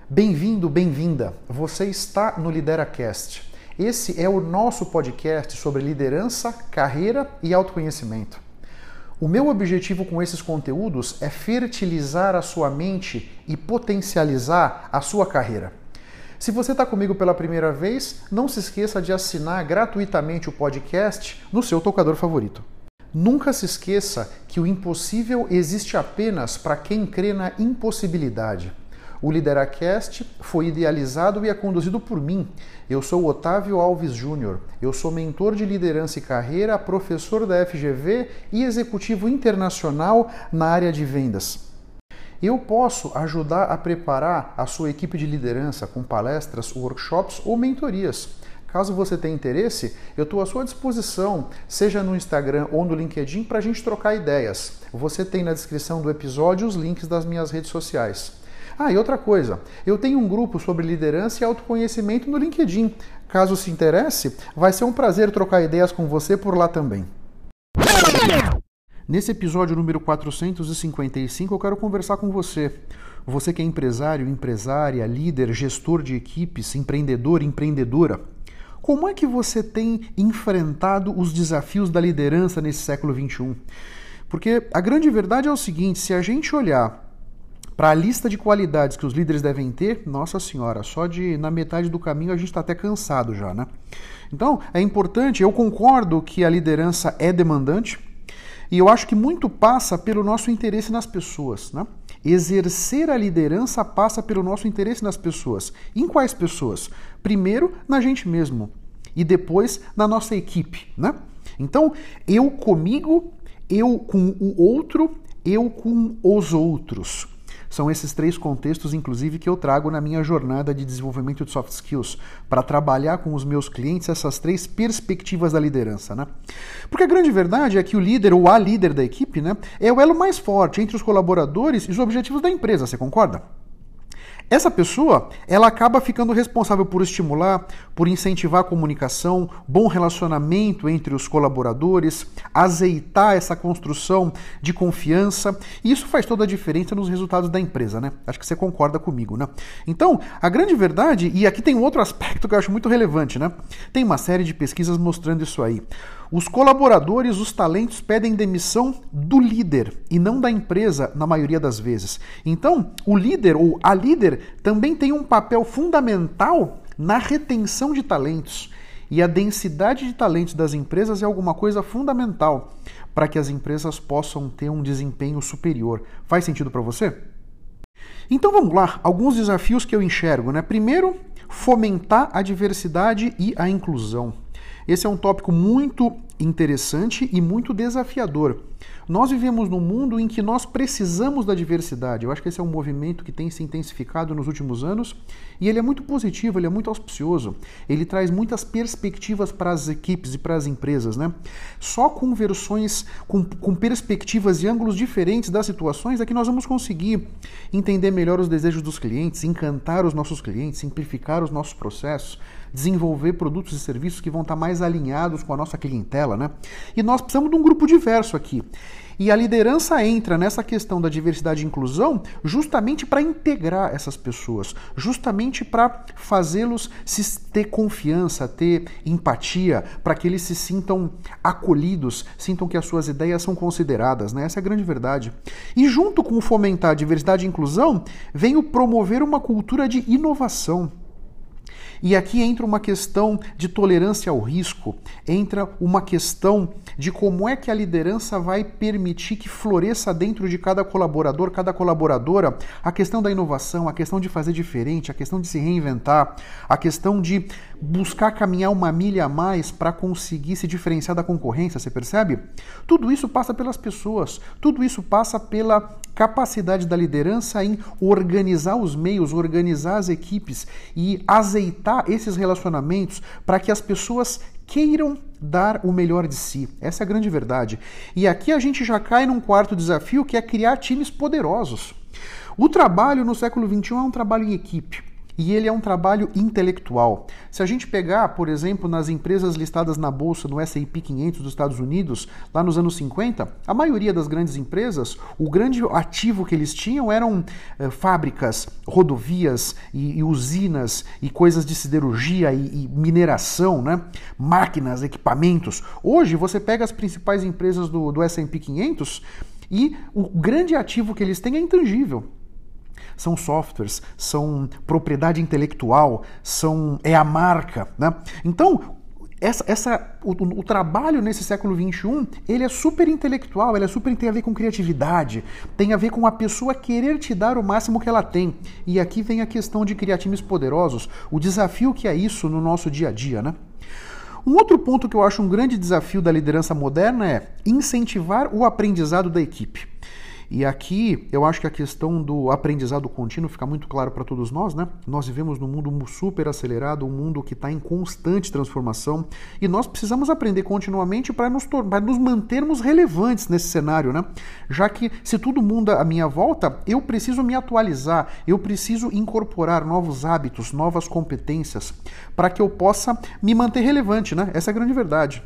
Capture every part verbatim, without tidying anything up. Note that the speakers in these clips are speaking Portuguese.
Bem-vindo, bem-vinda. Você está no LideraCast. Esse é o nosso podcast sobre liderança, carreira e autoconhecimento. O meu objetivo com esses conteúdos é fertilizar a sua mente e potencializar a sua carreira. Se você está comigo pela primeira vez, não se esqueça de assinar gratuitamente o podcast no seu tocador favorito. Nunca se esqueça que o impossível existe apenas para quem crê na impossibilidade. O LideraCast foi idealizado e é conduzido por mim. Eu sou Otávio Alves Júnior. Eu sou mentor de liderança e carreira, professor da F G V e executivo internacional na área de vendas. Eu posso ajudar a preparar a sua equipe de liderança com palestras, workshops ou mentorias. Caso você tenha interesse, eu estou à sua disposição, seja no Instagram ou no LinkedIn, para a gente trocar ideias. Você tem na descrição do episódio os links das minhas redes sociais. Ah, e outra coisa, eu tenho um grupo sobre liderança e autoconhecimento no LinkedIn. Caso se interesse, vai ser um prazer trocar ideias com você por lá também. Nesse episódio número quatrocentos e cinquenta e cinco, eu quero conversar com você. Você que é empresário, empresária, líder, gestor de equipes, empreendedor, empreendedora. Como é que você tem enfrentado os desafios da liderança nesse século vinte e um? Porque a grande verdade é o seguinte, se a gente olhar para a lista de qualidades que os líderes devem ter, nossa senhora, só de na metade do caminho a gente está até cansado já, né? Então, é importante, eu concordo que a liderança é demandante e eu acho que muito passa pelo nosso interesse nas pessoas, né? Exercer a liderança passa pelo nosso interesse nas pessoas. Em quais pessoas? Primeiro, na gente mesmo e depois na nossa equipe, né? Então, eu comigo, eu com o outro, eu com os outros. São esses três contextos, inclusive, que eu trago na minha jornada de desenvolvimento de soft skills, para trabalhar com os meus clientes essas três perspectivas da liderança, né? Porque a grande verdade é que o líder ou a líder da equipe, né, é o elo mais forte entre os colaboradores e os objetivos da empresa, você concorda? Essa pessoa, ela acaba ficando responsável por estimular, por incentivar a comunicação, bom relacionamento entre os colaboradores, azeitar essa construção de confiança, e isso faz toda a diferença nos resultados da empresa, né? Acho que você concorda comigo, né? Então, a grande verdade, e aqui tem um outro aspecto que eu acho muito relevante, né? Tem uma série de pesquisas mostrando isso aí. Os colaboradores, os talentos pedem demissão do líder e não da empresa na maioria das vezes. Então, o líder ou a líder também tem um papel fundamental na retenção de talentos. E a densidade de talentos das empresas é alguma coisa fundamental para que as empresas possam ter um desempenho superior. Faz sentido para você? Então vamos lá, alguns desafios que eu enxergo, né? Primeiro, fomentar a diversidade e a inclusão. Esse é um tópico muito interessante e muito desafiador. Nós vivemos num mundo em que nós precisamos da diversidade. Eu acho que esse é um movimento que tem se intensificado nos últimos anos e ele é muito positivo, ele é muito auspicioso. Ele traz muitas perspectivas para as equipes e para as empresas, né? Só com versões, com, com perspectivas e ângulos diferentes das situações é que nós vamos conseguir entender melhor os desejos dos clientes, encantar os nossos clientes, simplificar os nossos processos, desenvolver produtos e serviços que vão estar mais alinhados com a nossa clientela, né? E nós precisamos de um grupo diverso aqui. E a liderança entra nessa questão da diversidade e inclusão justamente para integrar essas pessoas, justamente para fazê-los se ter confiança, ter empatia, para que eles se sintam acolhidos, sintam que as suas ideias são consideradas, né? Essa é a grande verdade. E junto com o fomentar a diversidade e inclusão, vem o promover uma cultura de inovação. E aqui entra uma questão de tolerância ao risco, entra uma questão de como é que a liderança vai permitir que floresça dentro de cada colaborador, cada colaboradora, a questão da inovação, a questão de fazer diferente, a questão de se reinventar, a questão de buscar caminhar uma milha a mais para conseguir se diferenciar da concorrência, você percebe? Tudo isso passa pelas pessoas, tudo isso passa pela capacidade da liderança em organizar os meios, organizar as equipes e azeitar esses relacionamentos para que as pessoas queiram dar o melhor de si. Essa é a grande verdade. E aqui a gente já cai num quarto desafio, que é criar times poderosos. O trabalho no século vinte e um é um trabalho em equipe. e ele é um trabalho intelectual. Se a gente pegar, por exemplo, nas empresas listadas na bolsa no S and P quinhentos dos Estados Unidos, lá nos anos cinquenta, a maioria das grandes empresas, o grande ativo que eles tinham eram eh, fábricas, rodovias e, e usinas e coisas de siderurgia e, e mineração, né? Máquinas, equipamentos. Hoje você pega as principais empresas do, do S and P quinhentos e o grande ativo que eles têm é intangível. São softwares, são propriedade intelectual, são, é a marca, né? Então, essa, essa, o, o trabalho nesse século vinte e um, ele é super intelectual, ele é super, tem a ver com criatividade, tem a ver com a pessoa querer te dar o máximo que ela tem. E aqui vem a questão de criar times poderosos, o desafio que é isso no nosso dia a dia, né? Um outro ponto que eu acho um grande desafio da liderança moderna é incentivar o aprendizado da equipe. E aqui eu acho que a questão do aprendizado contínuo fica muito claro para todos nós, né? Nós vivemos num mundo super acelerado, um mundo que está em constante transformação e nós precisamos aprender continuamente para nos, para nos mantermos relevantes nesse cenário, né? Já que se tudo muda à minha volta, eu preciso me atualizar, eu preciso incorporar novos hábitos, novas competências para que eu possa me manter relevante, né? Essa é a grande verdade.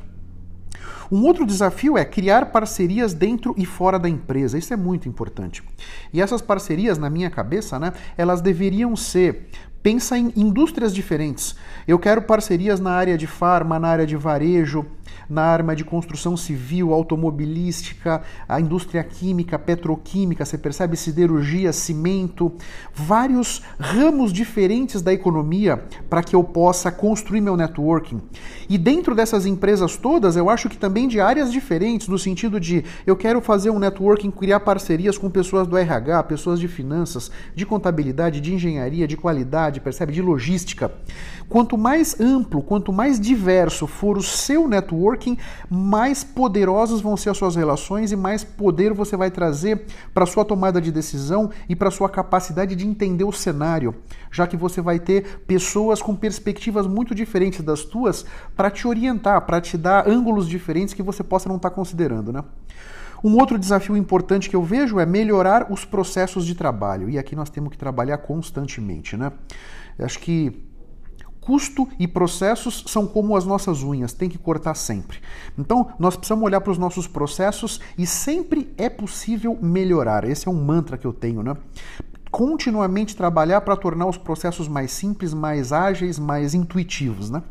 Um outro desafio é criar parcerias dentro e fora da empresa. Isso é muito importante. E essas parcerias, na minha cabeça, né, elas deveriam ser... Pensa em indústrias diferentes. Eu quero parcerias na área de farma, na área de varejo, na área de construção civil, automobilística, a indústria química, petroquímica, você percebe? Siderurgia, cimento, vários ramos diferentes da economia para que eu possa construir meu networking. E dentro dessas empresas todas, eu acho que também de áreas diferentes, no sentido de eu quero fazer um networking, criar parcerias com pessoas do R H, pessoas de finanças, de contabilidade, de engenharia, de qualidade, percebe? De logística. Quanto mais amplo, quanto mais diverso for o seu networking, mais poderosas vão ser as suas relações e mais poder você vai trazer para a sua tomada de decisão e para a sua capacidade de entender o cenário, já que você vai ter pessoas com perspectivas muito diferentes das tuas para te orientar, para te dar ângulos diferentes que você possa não estar considerando, né? Um outro desafio importante que eu vejo é melhorar os processos de trabalho. E aqui nós temos que trabalhar constantemente, né? Eu acho que custo e processos são como as nossas unhas, tem que cortar sempre. Então, nós precisamos olhar para os nossos processos e sempre é possível melhorar. Esse é um mantra que eu tenho, né? Continuamente trabalhar para tornar os processos mais simples, mais ágeis, mais intuitivos, né?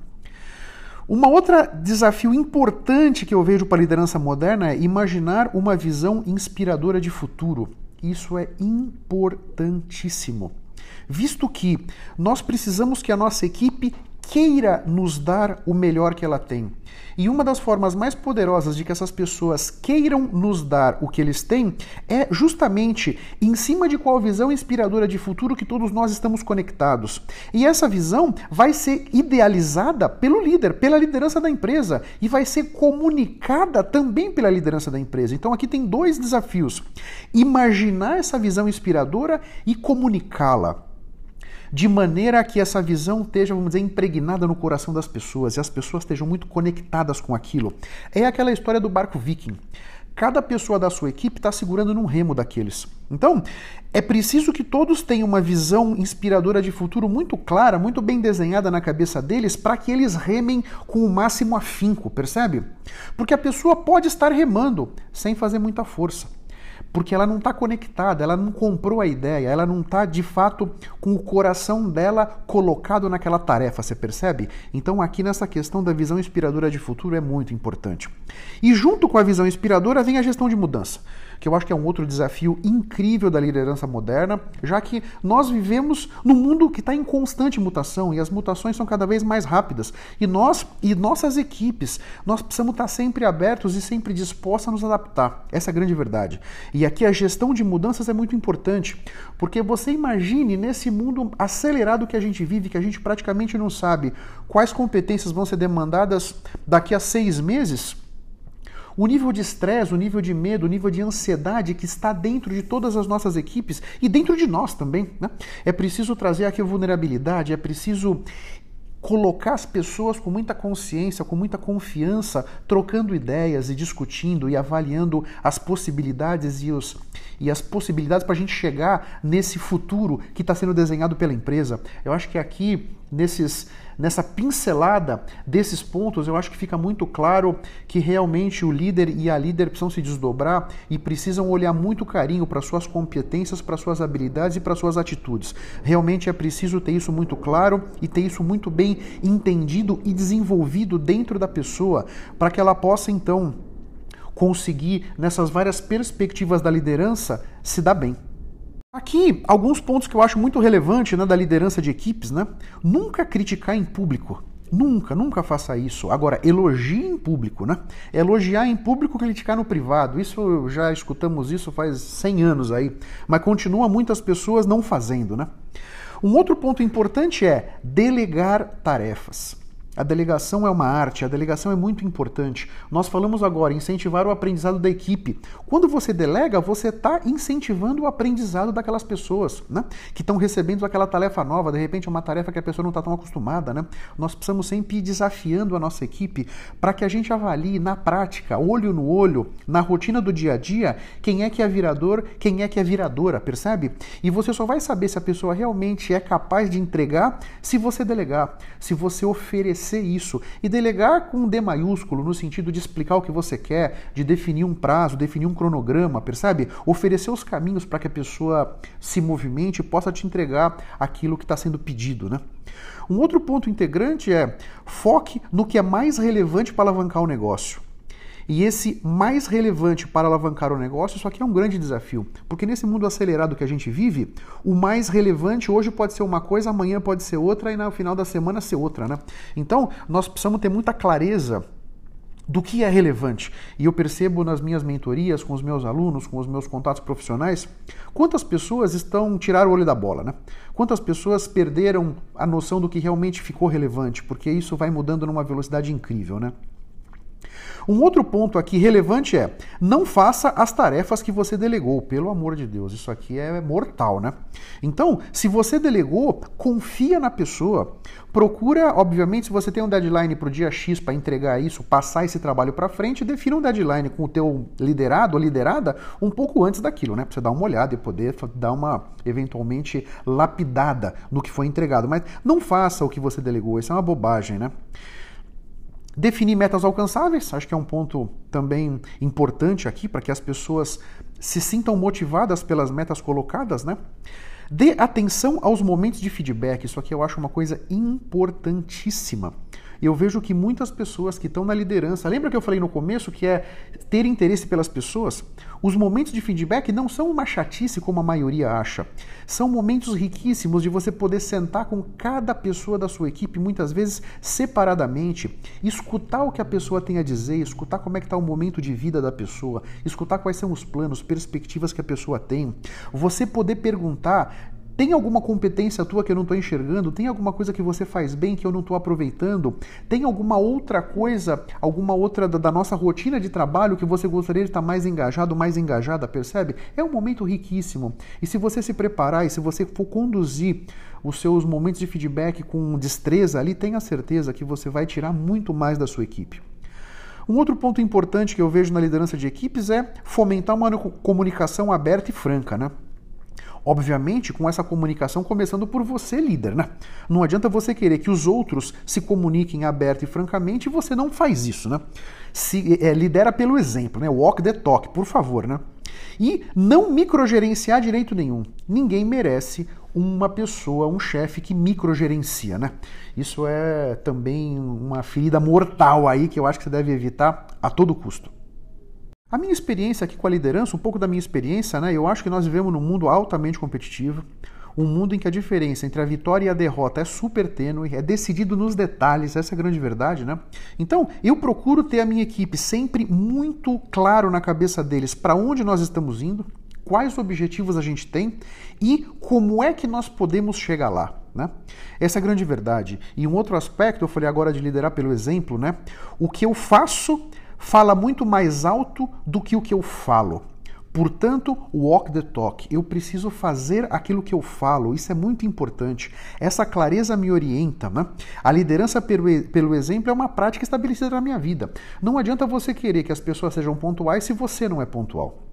Uma outra desafio importante que eu vejo para a liderança moderna é imaginar uma visão inspiradora de futuro. Isso é importantíssimo, visto que nós precisamos que a nossa equipe queira nos dar o melhor que ela tem. E uma das formas mais poderosas de que essas pessoas queiram nos dar o que eles têm é justamente em cima de qual visão inspiradora de futuro que todos nós estamos conectados. E essa visão vai ser idealizada pelo líder, pela liderança da empresa, e vai ser comunicada também pela liderança da empresa. Então aqui tem dois desafios: imaginar essa visão inspiradora e comunicá-la, de maneira que essa visão esteja, vamos dizer, impregnada no coração das pessoas e as pessoas estejam muito conectadas com aquilo. É aquela história do barco viking. Cada pessoa da sua equipe está segurando num remo daqueles. Então, é preciso que todos tenham uma visão inspiradora de futuro muito clara, muito bem desenhada na cabeça deles, para que eles remem com o máximo afinco, percebe? Porque a pessoa pode estar remando sem fazer muita força, porque ela não está conectada, ela não comprou a ideia, ela não está, de fato, com o coração dela colocado naquela tarefa, você percebe? Então aqui nessa questão da visão inspiradora de futuro é muito importante. E junto com a visão inspiradora vem a gestão de mudança, que eu acho que é um outro desafio incrível da liderança moderna, já que nós vivemos num mundo que está em constante mutação e as mutações são cada vez mais rápidas. E nós e nossas equipes, nós precisamos estar sempre abertos e sempre dispostos a nos adaptar. Essa é a grande verdade. E aqui a gestão de mudanças é muito importante, porque você imagine nesse mundo acelerado que a gente vive, que a gente praticamente não sabe quais competências vão ser demandadas daqui a seis meses, o nível de estresse, o nível de medo, o nível de ansiedade que está dentro de todas as nossas equipes e dentro de nós também, né? É preciso trazer aqui a vulnerabilidade, é preciso colocar as pessoas com muita consciência, com muita confiança, trocando ideias e discutindo e avaliando as possibilidades e, os, e as possibilidades para a gente chegar nesse futuro que está sendo desenhado pela empresa. Eu acho que aqui, nesses, nessa pincelada desses pontos, eu acho que fica muito claro que realmente o líder e a líder precisam se desdobrar e precisam olhar muito carinho para suas competências, para suas habilidades e para suas atitudes. Realmente é preciso ter isso muito claro e ter isso muito bem entendido e desenvolvido dentro da pessoa para que ela possa, então, conseguir, nessas várias perspectivas da liderança, se dar bem. Aqui, alguns pontos que eu acho muito relevante, né, da liderança de equipes, né? Nunca criticar em público. Nunca, nunca faça isso. Agora, elogie em público, né? Elogiar em público, criticar no privado. Isso, já escutamos isso faz cem anos aí. Mas continua muitas pessoas não fazendo, né? Um outro ponto importante é delegar tarefas. A delegação é uma arte, a delegação é muito importante. Nós falamos agora, incentivar o aprendizado da equipe. Quando você delega, você está incentivando o aprendizado daquelas pessoas, né? Que estão recebendo aquela tarefa nova, de repente é uma tarefa que a pessoa não está tão acostumada, né? Nós precisamos sempre ir desafiando a nossa equipe para que a gente avalie na prática, olho no olho, na rotina do dia a dia, quem é que é virador, quem é que é viradora, percebe? E você só vai saber se a pessoa realmente é capaz de entregar se você delegar, se você oferecer isso. E delegar com um D maiúsculo, no sentido de explicar o que você quer, de definir um prazo, definir um cronograma, percebe? Oferecer os caminhos para que a pessoa se movimente e possa te entregar aquilo que está sendo pedido, né? Um outro ponto integrante é foque no que é mais relevante para alavancar o negócio. E esse mais relevante para alavancar o negócio, isso aqui é um grande desafio, porque nesse mundo acelerado que a gente vive, o mais relevante hoje pode ser uma coisa, amanhã pode ser outra e no final da semana ser outra, né? Então, nós precisamos ter muita clareza do que é relevante. E eu percebo nas minhas mentorias, com os meus alunos, com os meus contatos profissionais, quantas pessoas estão tiraram o olho da bola, né? Quantas pessoas perderam a noção do que realmente ficou relevante, porque isso vai mudando numa velocidade incrível, né? Um outro ponto aqui relevante é, não faça as tarefas que você delegou, pelo amor de Deus, isso aqui é mortal, né? Então, se você delegou, confia na pessoa, procura, obviamente, se você tem um deadline para o dia X para entregar isso, passar esse trabalho para frente, defina um deadline com o teu liderado ou liderada um pouco antes daquilo, né? Para você dar uma olhada e poder dar uma, eventualmente, lapidada no que foi entregado, mas não faça o que você delegou, isso é uma bobagem, né? Definir metas alcançáveis, acho que é um ponto também importante aqui para que as pessoas se sintam motivadas pelas metas colocadas, né? Dê atenção aos momentos de feedback, isso aqui eu acho uma coisa importantíssima. Eu vejo que muitas pessoas que estão na liderança, lembra que eu falei no começo que é ter interesse pelas pessoas? Os momentos de feedback não são uma chatice como a maioria acha. São momentos riquíssimos de você poder sentar com cada pessoa da sua equipe, muitas vezes separadamente, escutar o que a pessoa tem a dizer, escutar como é que está o momento de vida da pessoa, escutar quais são os planos, perspectivas que a pessoa tem. Você poder perguntar: tem alguma competência tua que eu não estou enxergando? Tem alguma coisa que você faz bem que eu não estou aproveitando? Tem alguma outra coisa, alguma outra da, da nossa rotina de trabalho que você gostaria de estar mais engajado, mais engajada, percebe? É um momento riquíssimo. E se você se preparar e se você for conduzir os seus momentos de feedback com destreza ali, tenha certeza que você vai tirar muito mais da sua equipe. Um outro ponto importante que eu vejo na liderança de equipes é fomentar uma comunicação aberta e franca, né? Obviamente, com essa comunicação começando por você, líder, né? Não adianta você querer que os outros se comuniquem aberto e francamente e você não faz isso, né? Se, é, lidera pelo exemplo, né? Walk the talk, por favor, né? E não microgerenciar direito nenhum. Ninguém merece uma pessoa, um chefe que microgerencia, né? Isso é também uma ferida mortal aí que eu acho que você deve evitar a todo custo. A minha experiência aqui com a liderança, um pouco da minha experiência, né? Eu acho que nós vivemos num mundo altamente competitivo, um mundo em que a diferença entre a vitória e a derrota é super tênue, é decidido nos detalhes, essa é a grande verdade, né? Então, eu procuro ter a minha equipe sempre muito claro na cabeça deles para onde nós estamos indo, quais objetivos a gente tem e como é que nós podemos chegar lá, né? Essa é a grande verdade. E um outro aspecto, eu falei agora de liderar pelo exemplo, né? O que eu faço fala muito mais alto do que o que eu falo. Portanto, walk the talk. Eu preciso fazer aquilo que eu falo. Isso é muito importante. Essa clareza me orienta, né? A liderança pelo, pelo exemplo é uma prática estabelecida na minha vida. Não adianta você querer que as pessoas sejam pontuais se você não é pontual.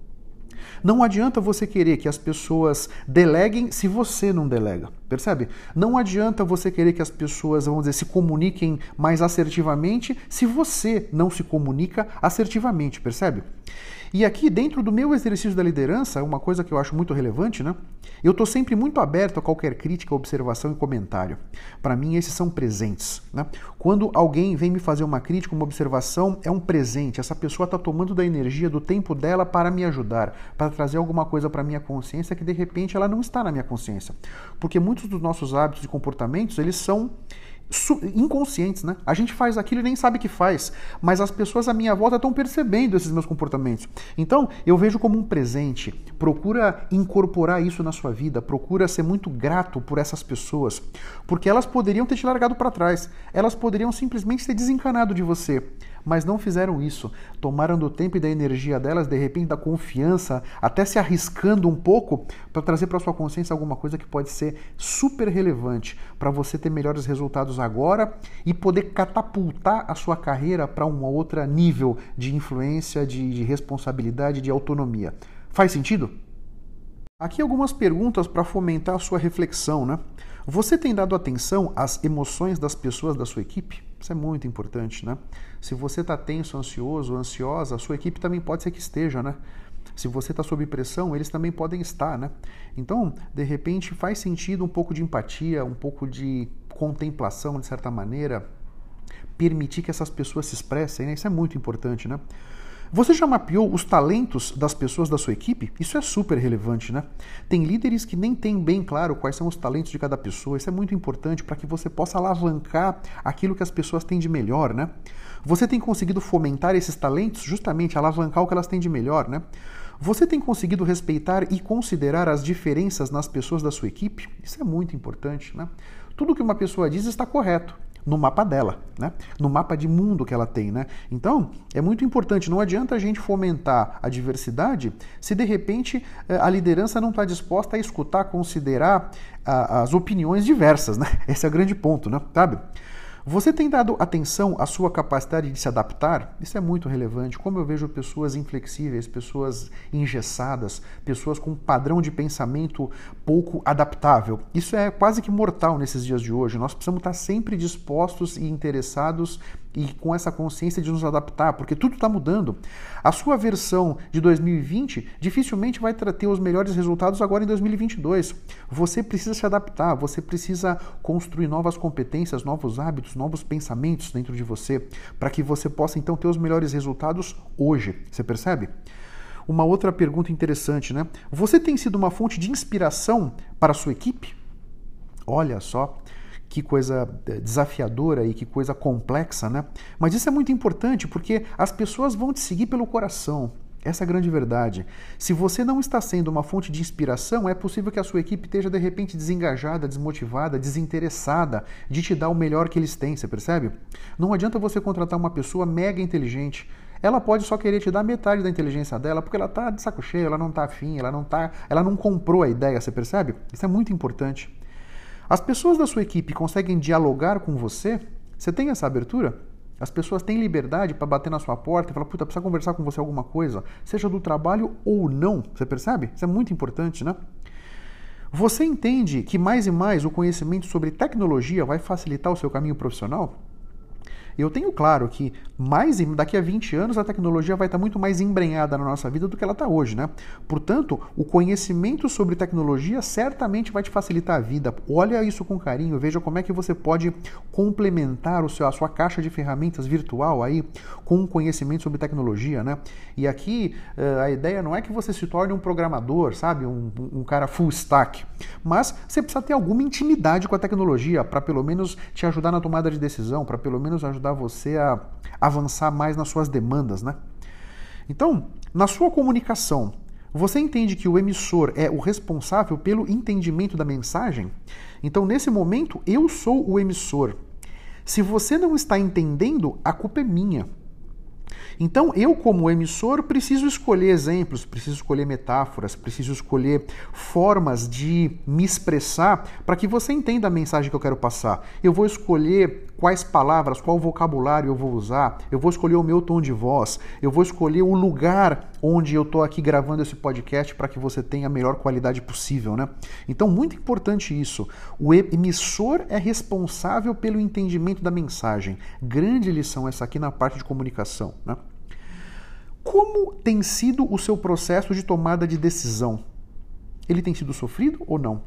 Não adianta você querer que as pessoas deleguem se você não delega, percebe? Não adianta você querer que as pessoas, vamos dizer, se comuniquem mais assertivamente se você não se comunica assertivamente, percebe? E aqui, dentro do meu exercício da liderança, uma coisa que eu acho muito relevante, né? Eu estou sempre muito aberto a qualquer crítica, observação e comentário. Para mim, esses são presentes, né? Quando alguém vem me fazer uma crítica, uma observação, é um presente. Essa pessoa está tomando da energia, do tempo dela para me ajudar, para trazer alguma coisa para a minha consciência que, de repente, ela não está na minha consciência. Porque muitos dos nossos hábitos e comportamentos, eles são inconscientes, né? A gente faz aquilo e nem sabe que faz, mas as pessoas à minha volta estão percebendo esses meus comportamentos. Então, eu vejo como um presente. Procura incorporar isso na sua vida, procura ser muito grato por essas pessoas, porque elas poderiam ter te largado para trás, elas poderiam simplesmente ter desencanado de você, mas não fizeram isso. Tomaram do tempo e da energia delas, de repente da confiança, até se arriscando um pouco para trazer para sua consciência alguma coisa que pode ser super relevante para você ter melhores resultados agora e poder catapultar a sua carreira para um outro nível de influência, de, de responsabilidade, de autonomia. Faz sentido? Aqui algumas perguntas para fomentar a sua reflexão, né? Você tem dado atenção às emoções das pessoas da sua equipe? Isso é muito importante, né? Se você está tenso, ansioso, ansiosa, a sua equipe também pode ser que esteja, né? Se você está sob pressão, eles também podem estar, né? Então, de repente, faz sentido um pouco de empatia, um pouco de contemplação, de certa maneira, permitir que essas pessoas se expressem, né? Isso é muito importante, né? Você já mapeou os talentos das pessoas da sua equipe? Isso é super relevante, né? Tem líderes que nem têm bem claro quais são os talentos de cada pessoa. Isso é muito importante para que você possa alavancar aquilo que as pessoas têm de melhor, né? Você tem conseguido fomentar esses talentos, justamente alavancar o que elas têm de melhor, né? Você tem conseguido respeitar e considerar as diferenças nas pessoas da sua equipe? Isso é muito importante, né? Tudo que uma pessoa diz está correto no mapa dela, né? No mapa de mundo que ela tem, né? Então, é muito importante, não adianta a gente fomentar a diversidade se de repente a liderança não está disposta a escutar, considerar a, as opiniões diversas, né? Esse é o grande ponto, né? Sabe? Você tem dado atenção à sua capacidade de se adaptar? Isso é muito relevante. Como eu vejo pessoas inflexíveis, pessoas engessadas, pessoas com um padrão de pensamento pouco adaptável. Isso é quase que mortal nesses dias de hoje. Nós precisamos estar sempre dispostos e interessados e com essa consciência de nos adaptar, porque tudo está mudando. A sua versão de dois mil e vinte dificilmente vai ter os melhores resultados agora em dois mil e vinte e dois. Você precisa se adaptar, você precisa construir novas competências, novos hábitos, novos pensamentos dentro de você, para que você possa então ter os melhores resultados hoje. Você percebe? Uma outra pergunta interessante, né? Você tem sido uma fonte de inspiração para a sua equipe? Olha só. Que coisa desafiadora e que coisa complexa, né? Mas isso é muito importante porque as pessoas vão te seguir pelo coração. Essa é a grande verdade. Se você não está sendo uma fonte de inspiração, é possível que a sua equipe esteja de repente desengajada, desmotivada, desinteressada de te dar o melhor que eles têm, você percebe? Não adianta você contratar uma pessoa mega inteligente. Ela pode só querer te dar metade da inteligência dela porque ela está de saco cheio, ela não está afim, ela não tá, ela não comprou a ideia, você percebe? Isso é muito importante. As pessoas da sua equipe conseguem dialogar com você? Você tem essa abertura? As pessoas têm liberdade para bater na sua porta e falar, puta, precisa conversar com você alguma coisa, seja do trabalho ou não. Você percebe? Isso é muito importante, né? Você entende que mais e mais o conhecimento sobre tecnologia vai facilitar o seu caminho profissional? Eu tenho claro que mais daqui a vinte anos a tecnologia vai estar muito mais embrenhada na nossa vida do que ela está hoje, né? Portanto, o conhecimento sobre tecnologia certamente vai te facilitar a vida. Olha isso com carinho, veja como é que você pode complementar o seu, a sua caixa de ferramentas virtual aí com um conhecimento sobre tecnologia, né? E aqui a ideia não é que você se torne um programador, sabe? Um, um cara full stack, mas você precisa ter alguma intimidade com a tecnologia para pelo menos te ajudar na tomada de decisão, para pelo menos ajudar você a avançar mais nas suas demandas, né? Então, na sua comunicação, você entende que o emissor é o responsável pelo entendimento da mensagem? Então, nesse momento, eu sou o emissor. Se você não está entendendo, a culpa é minha. Então, eu como emissor preciso escolher exemplos, preciso escolher metáforas, preciso escolher formas de me expressar para que você entenda a mensagem que eu quero passar. Eu vou escolher quais palavras, qual vocabulário eu vou usar, eu vou escolher o meu tom de voz, eu vou escolher o lugar onde eu estou aqui gravando esse podcast para que você tenha a melhor qualidade possível, né? Então, muito importante isso. O emissor é responsável pelo entendimento da mensagem. Grande lição essa aqui na parte de comunicação, né? Como tem sido o seu processo de tomada de decisão? Ele tem sido sofrido ou não?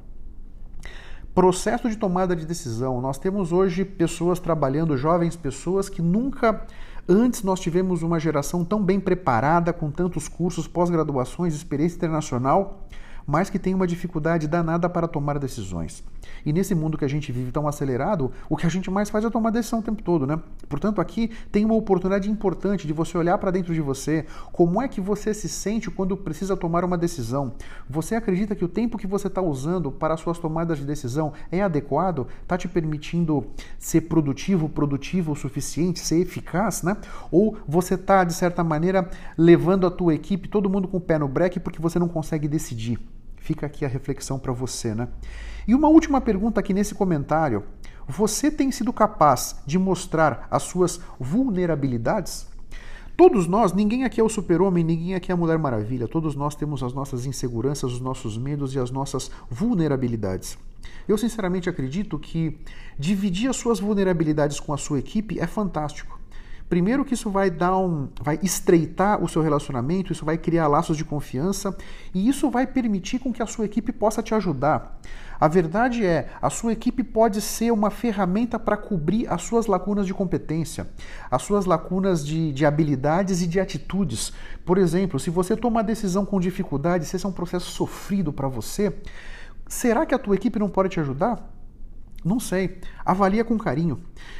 Processo de tomada de decisão. Nós temos hoje pessoas trabalhando, jovens pessoas que nunca antes nós tivemos uma geração tão bem preparada, com tantos cursos, pós-graduações, experiência internacional, mas que tem uma dificuldade danada para tomar decisões. E nesse mundo que a gente vive tão acelerado, o que a gente mais faz é tomar decisão o tempo todo, né? Portanto, aqui tem uma oportunidade importante de você olhar para dentro de você. Como é que você se sente quando precisa tomar uma decisão? Você acredita que o tempo que você está usando para as suas tomadas de decisão é adequado? Está te permitindo ser produtivo, produtivo o suficiente, ser eficaz, né? Ou você está, de certa maneira, levando a tua equipe, todo mundo com o pé no breque porque você não consegue decidir? Fica aqui a reflexão para você, né? E uma última pergunta aqui nesse comentário. Você tem sido capaz de mostrar as suas vulnerabilidades? Todos nós, ninguém aqui é o super-homem, ninguém aqui é a Mulher Maravilha. Todos nós temos as nossas inseguranças, os nossos medos e as nossas vulnerabilidades. Eu sinceramente acredito que dividir as suas vulnerabilidades com a sua equipe é fantástico. Primeiro que isso vai dar um, vai estreitar o seu relacionamento, isso vai criar laços de confiança e isso vai permitir com que a sua equipe possa te ajudar. A verdade é, a sua equipe pode ser uma ferramenta para cobrir as suas lacunas de competência, as suas lacunas de, de habilidades e de atitudes. Por exemplo, se você toma uma decisão com dificuldade, se esse é um processo sofrido para você, será que a tua equipe não pode te ajudar? Não sei. Avalia com carinho.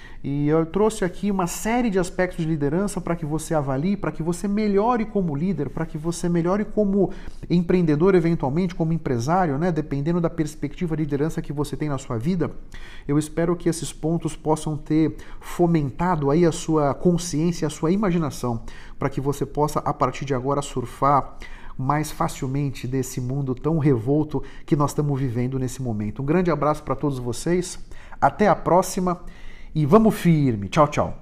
E eu trouxe aqui uma série de aspectos de liderança para que você avalie, para que você melhore como líder, para que você melhore como empreendedor, eventualmente, como empresário, né? Dependendo da perspectiva de liderança que você tem na sua vida. Eu espero que esses pontos possam ter fomentado aí a sua consciência, a sua imaginação, para que você possa, a partir de agora, surfar mais facilmente desse mundo tão revolto que nós estamos vivendo nesse momento. Um grande abraço para todos vocês, até a próxima. E vamos firme. Tchau, tchau.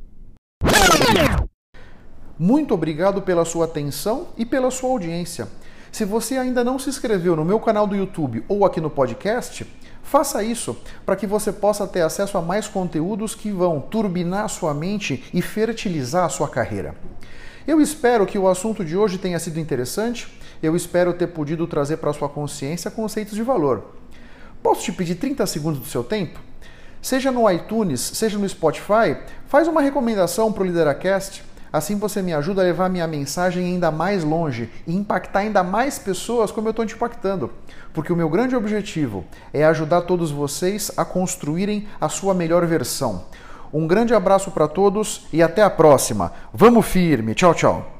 Muito obrigado pela sua atenção e pela sua audiência. Se você ainda não se inscreveu no meu canal do YouTube ou aqui no podcast, faça isso para que você possa ter acesso a mais conteúdos que vão turbinar a sua mente e fertilizar a sua carreira. Eu espero que o assunto de hoje tenha sido interessante. Eu espero ter podido trazer para a sua consciência conceitos de valor. Posso te pedir trinta segundos do seu tempo? Seja no iTunes, seja no Spotify, faz uma recomendação para o Lideracast. Assim você me ajuda a levar minha mensagem ainda mais longe e impactar ainda mais pessoas como eu estou te impactando. Porque o meu grande objetivo é ajudar todos vocês a construírem a sua melhor versão. Um grande abraço para todos e até a próxima. Vamos firme. Tchau, tchau.